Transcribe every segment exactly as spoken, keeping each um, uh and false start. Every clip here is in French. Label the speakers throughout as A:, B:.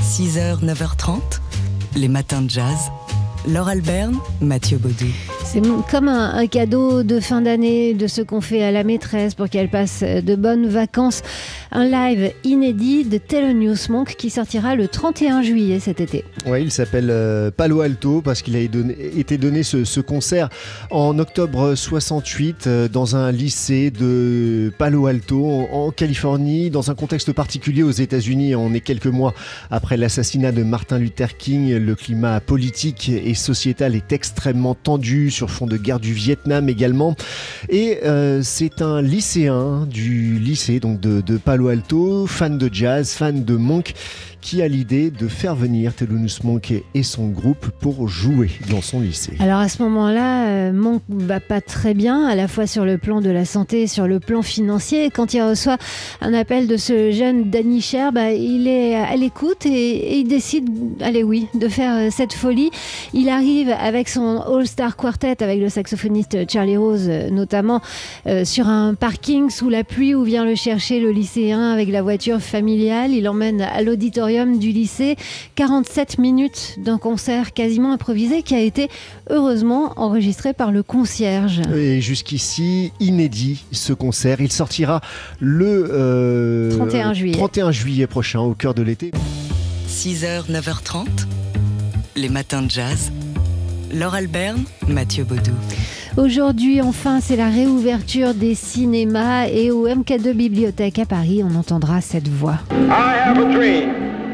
A: six heures, neuf heures trente, les matins de jazz. Laure Alberne, Mathieu Baudou.
B: C'est comme un, un cadeau de fin d'année de ce qu'on fait à la maîtresse pour qu'elle passe de bonnes vacances. Un live inédit de Thelonious Monk qui sortira le trente et un juillet cet été.
C: Oui, il s'appelle euh, Palo Alto parce qu'il a donné, été donné ce, ce concert en octobre soixante-huit euh, dans un lycée de Palo Alto en, en Californie, dans un contexte particulier aux États-Unis. On est quelques mois après l'assassinat de Martin Luther King. Le climat politique et sociétal est extrêmement tendu sur fond de guerre du Vietnam également. Et euh, c'est un lycéen du lycée donc de, de Palo Alto, fan de jazz, fan de Monk, qui a l'idée de faire venir Thelonious Monk et son groupe pour jouer dans son lycée.
B: Alors à ce moment-là, euh, Monk va pas très bien, à la fois sur le plan de la santé et sur le plan financier. Quand il reçoit un appel de ce jeune Danny Sher, bah, il est à l'écoute et, et il décide, allez oui, de faire euh, cette folie. Il arrive avec son All-Star Quartet, avec le saxophoniste Charlie Rose euh, notamment, euh, sur un parking sous la pluie où vient le chercher le lycéen avec la voiture familiale. Il l'emmène à l'auditorium du lycée. quarante-sept minutes d'un concert quasiment improvisé qui a été heureusement enregistré par le concierge.
C: Et jusqu'ici, inédit ce concert. Il sortira le euh,
B: trente et un juillet.
C: trente et un juillet prochain, au cœur de l'été.
A: six heures, neuf heures trente, les matins de jazz. Laure Alberne, Mathieu Baudou.
B: Aujourd'hui, enfin, c'est la réouverture des cinémas et au M K deux Bibliothèque à Paris, on entendra cette voix.
D: I have a dream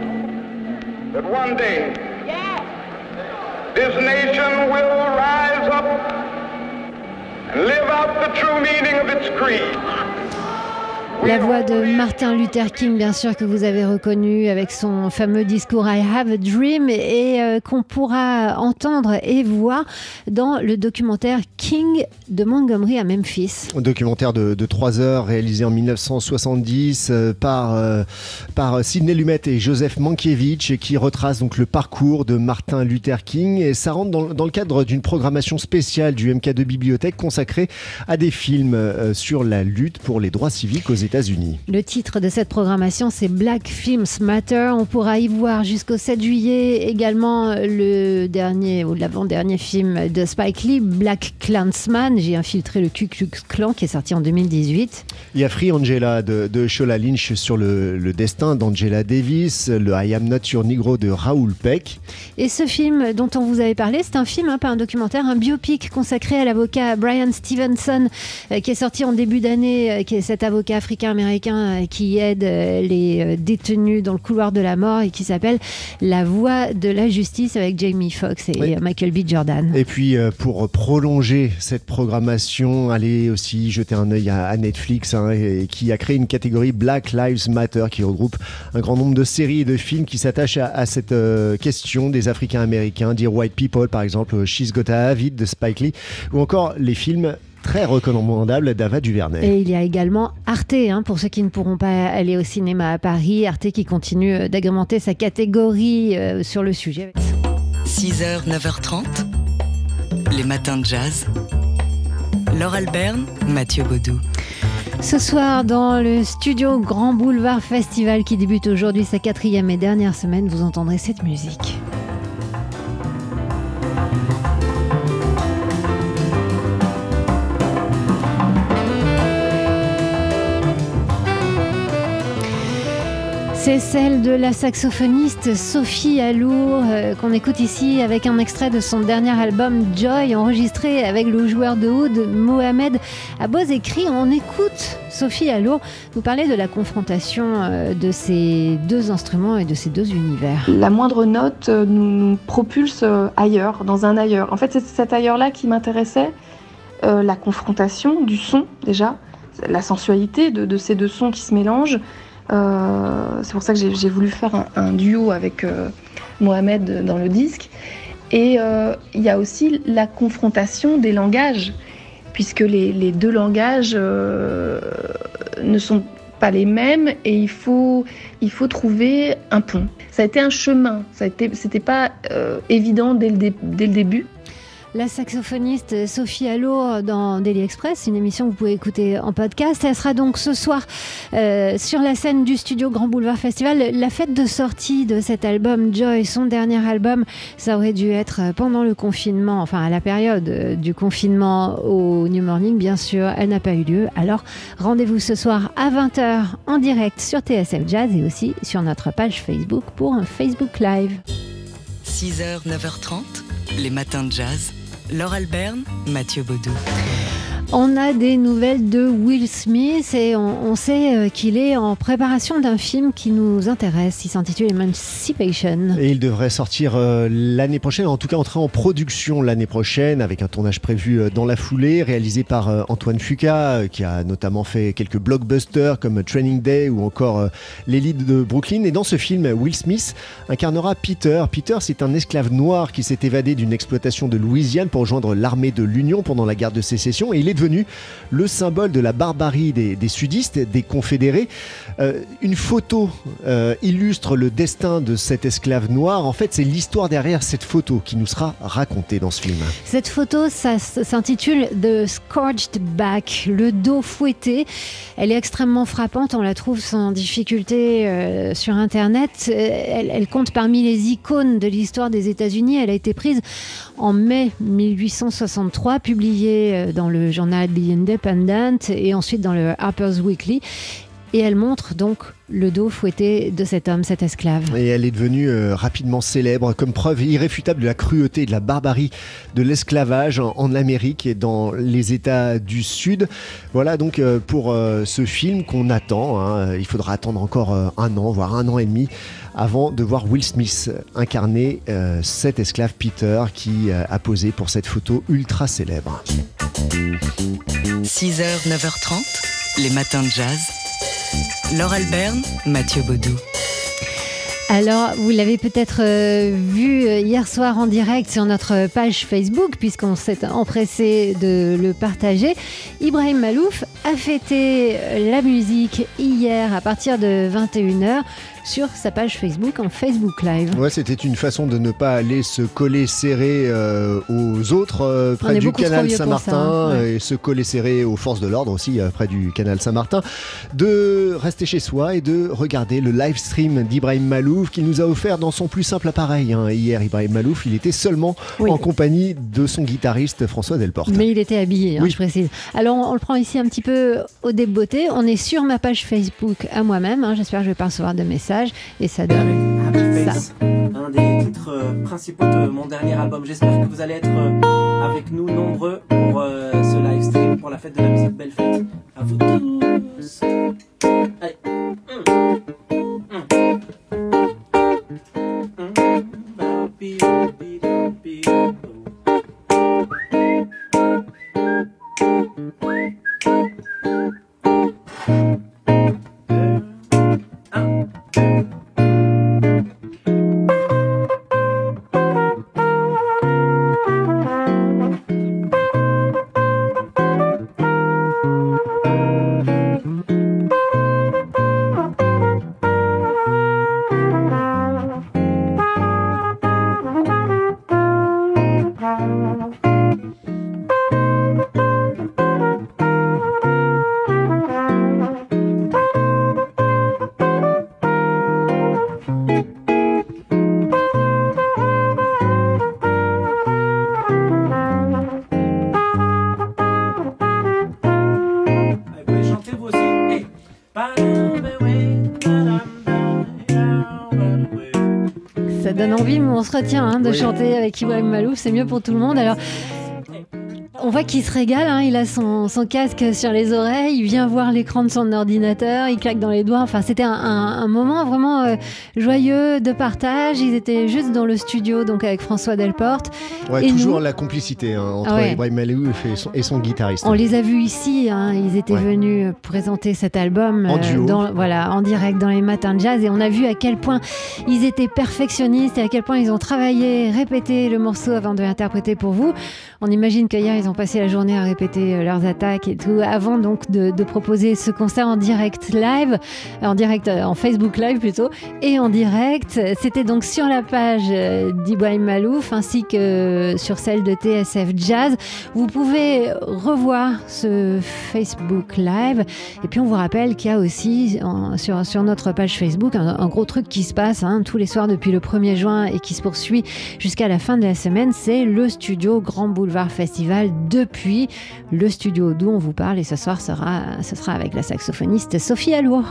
D: that one day this nation will rise up and live out the true meaning of its creed.
B: La voix de Martin Luther King, bien sûr, que vous avez reconnu avec son fameux discours I Have a Dream et euh, qu'on pourra entendre et voir dans le documentaire King de Montgomery à Memphis.
C: Un documentaire de, de trois heures réalisé en dix-neuf cent soixante-dix euh, par, euh, par Sidney Lumet et Joseph Mankiewicz qui retrace donc le parcours de Martin Luther King et ça rentre dans, dans le cadre d'une programmation spéciale du M K deux Bibliothèque consacrée à des films euh, sur la lutte pour les droits civiques aux États-Unis. États-Unis.
B: Le titre de cette programmation, c'est Black Films Matter. On pourra y voir jusqu'au sept juillet également le dernier ou l'avant-dernier film de Spike Lee, Black Klansman. J'ai infiltré le Ku Klux Klan qui est sorti en deux mille dix-huit.
C: Il y a Free Angela de, de Shola Lynch sur le, le destin d'Angela Davis, le I Am Not Your Negro de Raoul Peck.
B: Et ce film dont on vous avait parlé, c'est un film, hein, pas un documentaire, un biopic consacré à l'avocat Brian Stevenson euh, qui est sorti en début d'année, euh, qui est cet avocat africain américain qui aide les détenus dans le couloir de la mort et qui s'appelle La Voix de la Justice avec Jamie Foxx et oui. Michael B. Jordan.
C: Et puis pour prolonger cette programmation, allez aussi jeter un œil à Netflix hein, et qui a créé une catégorie Black Lives Matter qui regroupe un grand nombre de séries et de films qui s'attachent à, à cette euh, question des Africains américains, Dear White People par exemple, She's Got a Have It de Spike Lee ou encore les films très recommandable d'Ava DuVernay.
B: Et il y a également Arte, hein, pour ceux qui ne pourront pas aller au cinéma à Paris. Arte qui continue d'agrémenter sa catégorie euh, sur le sujet.
A: six heures, neuf heures trente, les matins de jazz. Laure Alberne, Mathieu Baudou.
B: Ce soir, dans le studio Grand Boulevard Festival qui débute aujourd'hui sa quatrième et dernière semaine, vous entendrez cette musique. C'est celle de la saxophoniste Sophie Allour euh, qu'on écoute ici avec un extrait de son dernier album Joy, enregistré avec le joueur de oud Mohamed Abozekri. On écoute Sophie Allour nous parler de la confrontation euh, de ces deux instruments et de ces deux univers.
E: La moindre note euh, nous, nous propulse euh, ailleurs, dans un ailleurs. En fait, c'est cet ailleurs-là qui m'intéressait, euh, la confrontation du son déjà, la sensualité de, de ces deux sons qui se mélangent. Euh, c'est pour ça que j'ai, j'ai voulu faire un, un duo avec euh, Mohamed dans le disque. Et euh, il y a aussi la confrontation des langages, puisque les, les deux langages euh, ne sont pas les mêmes et il faut, il faut trouver un pont. Ça a été un chemin, ça a été, c'était pas euh, évident dès le, dé, dès le début.
B: la saxophoniste Sophie Allo dans Daily Express, une émission que vous pouvez écouter en podcast. Elle sera donc ce soir euh, sur la scène du studio Grand Boulevard Festival. La fête de sortie de cet album Joy, son dernier album, ça aurait dû être pendant le confinement, enfin à la période du confinement au New Morning, bien sûr, elle n'a pas eu lieu. Alors rendez-vous ce soir à vingt heures en direct sur T S F Jazz et aussi sur notre page Facebook pour un Facebook Live.
A: six heures, neuf heures trente, les matins de jazz. Laure Alberne, Mathieu Baudou.
B: On a des nouvelles de Will Smith et on, on sait qu'il est en préparation d'un film qui nous intéresse. Il s'intitule Emancipation.
C: Et il devrait sortir euh, l'année prochaine, en tout cas entrer en production l'année prochaine, avec un tournage prévu euh, dans la foulée, réalisé par euh, Antoine Fuqua, euh, qui a notamment fait quelques blockbusters comme Training Day ou encore euh, L'élite de Brooklyn. Et dans ce film, Will Smith incarnera Peter. Peter, c'est un esclave noir qui s'est évadé d'une exploitation de Louisiane pour rejoindre l'armée de l'Union pendant la guerre de sécession. Et il est devenu le symbole de la barbarie des, des sudistes, des confédérés. Euh, une photo euh, illustre le destin de cet esclave noir. En fait, c'est l'histoire derrière cette photo qui nous sera racontée dans ce film.
B: Cette photo, ça s'intitule The Scorched Back, le dos fouetté. Elle est extrêmement frappante, on la trouve sans difficulté euh, sur Internet. Elle, elle compte parmi les icônes de l'histoire des États-Unis. Elle a été prise en mai mille huit cent soixante-trois, publiée dans le journal The Independent et ensuite dans le Harper's Weekly. Et elle montre donc le dos fouetté de cet homme, cet esclave.
C: Et elle est devenue euh, rapidement célèbre comme preuve irréfutable de la cruauté et de la barbarie de l'esclavage en, en Amérique et dans les États du Sud. Voilà donc euh, pour euh, ce film qu'on attend. Hein. Il faudra attendre encore euh, un an, voire un an et demi avant de voir Will Smith incarner euh, cet esclave Peter qui euh, a posé pour cette photo ultra célèbre.
A: six heures, neuf heures trente, les matins de jazz. Laure Alberne, Mathieu Baudou.
B: Alors, vous l'avez peut-être euh, vu hier soir en direct sur notre page Facebook, puisqu'on s'est empressé de le partager. Ibrahim Malouf a fêté la musique hier à partir de vingt et une heures sur sa page Facebook en Facebook Live.
C: Ouais, c'était une façon de ne pas aller se coller serré euh, aux autres euh, près du canal Saint-Martin ça, ouais. Et se coller serré aux forces de l'ordre aussi euh, près du canal Saint-Martin, de rester chez soi et de regarder le live stream d'Ibrahim Malouf qu'il nous a offert dans son plus simple appareil. Hein. Hier, Ibrahim Malouf, il était seulement oui. en compagnie de son guitariste François Delporte.
B: Mais il était habillé, hein, oui. je précise. Alors, on, on le prend ici un petit peu au débeauté. On est sur ma page Facebook à moi-même. Hein. J'espère que je ne vais pas recevoir de messages. Et ça donne
F: Happy
B: ça.
F: Face, un des titres euh, principaux de mon dernier album. J'espère que vous allez être euh, avec nous nombreux pour euh, ce live stream, pour la fête de la musique. Belle fête à vous tous. Allez. Mmh. Mmh.
B: Ça donne envie, mais on se retient hein, de oui. chanter avec Ibrahim Malouf, c'est mieux pour tout le monde. Alors, on voit qu'il se régale, hein, il a son, son casque sur les oreilles, il vient voir l'écran de son ordinateur, il claque dans les doigts. Enfin, c'était un, un, un moment vraiment euh, joyeux de partage. Ils étaient juste dans le studio, donc avec François Delporte.
C: Ouais,
B: et
C: toujours
B: nous,
C: la complicité hein, entre
B: ouais.
C: Ibrahim Malouf et son, et son guitariste.
B: On les a vus ici, hein, ils étaient ouais. venus présenter cet album
C: en, duo.
B: Euh, dans, voilà, en direct dans les matins de jazz, et on a vu à quel point ils étaient perfectionnistes et à quel point ils ont travaillé, répété le morceau avant de l'interpréter pour vous. On imagine qu'hier, ils ont passé la journée à répéter leurs attaques et tout, avant donc de, de proposer ce concert en direct live, en direct, en Facebook Live plutôt, et en direct. C'était donc sur la page d'Ibrahim Malouf ainsi que sur celle de T S F Jazz. Vous pouvez revoir ce Facebook Live. Et puis on vous rappelle qu'il y a aussi en, sur, sur notre page Facebook un, un gros truc qui se passe hein, tous les soirs depuis le premier juin et qui se poursuit jusqu'à la fin de la semaine. C'est le studio Grand Boulevard Festival depuis le studio d'où on vous parle. Et ce soir, sera, ce sera avec la saxophoniste Sophie Allour.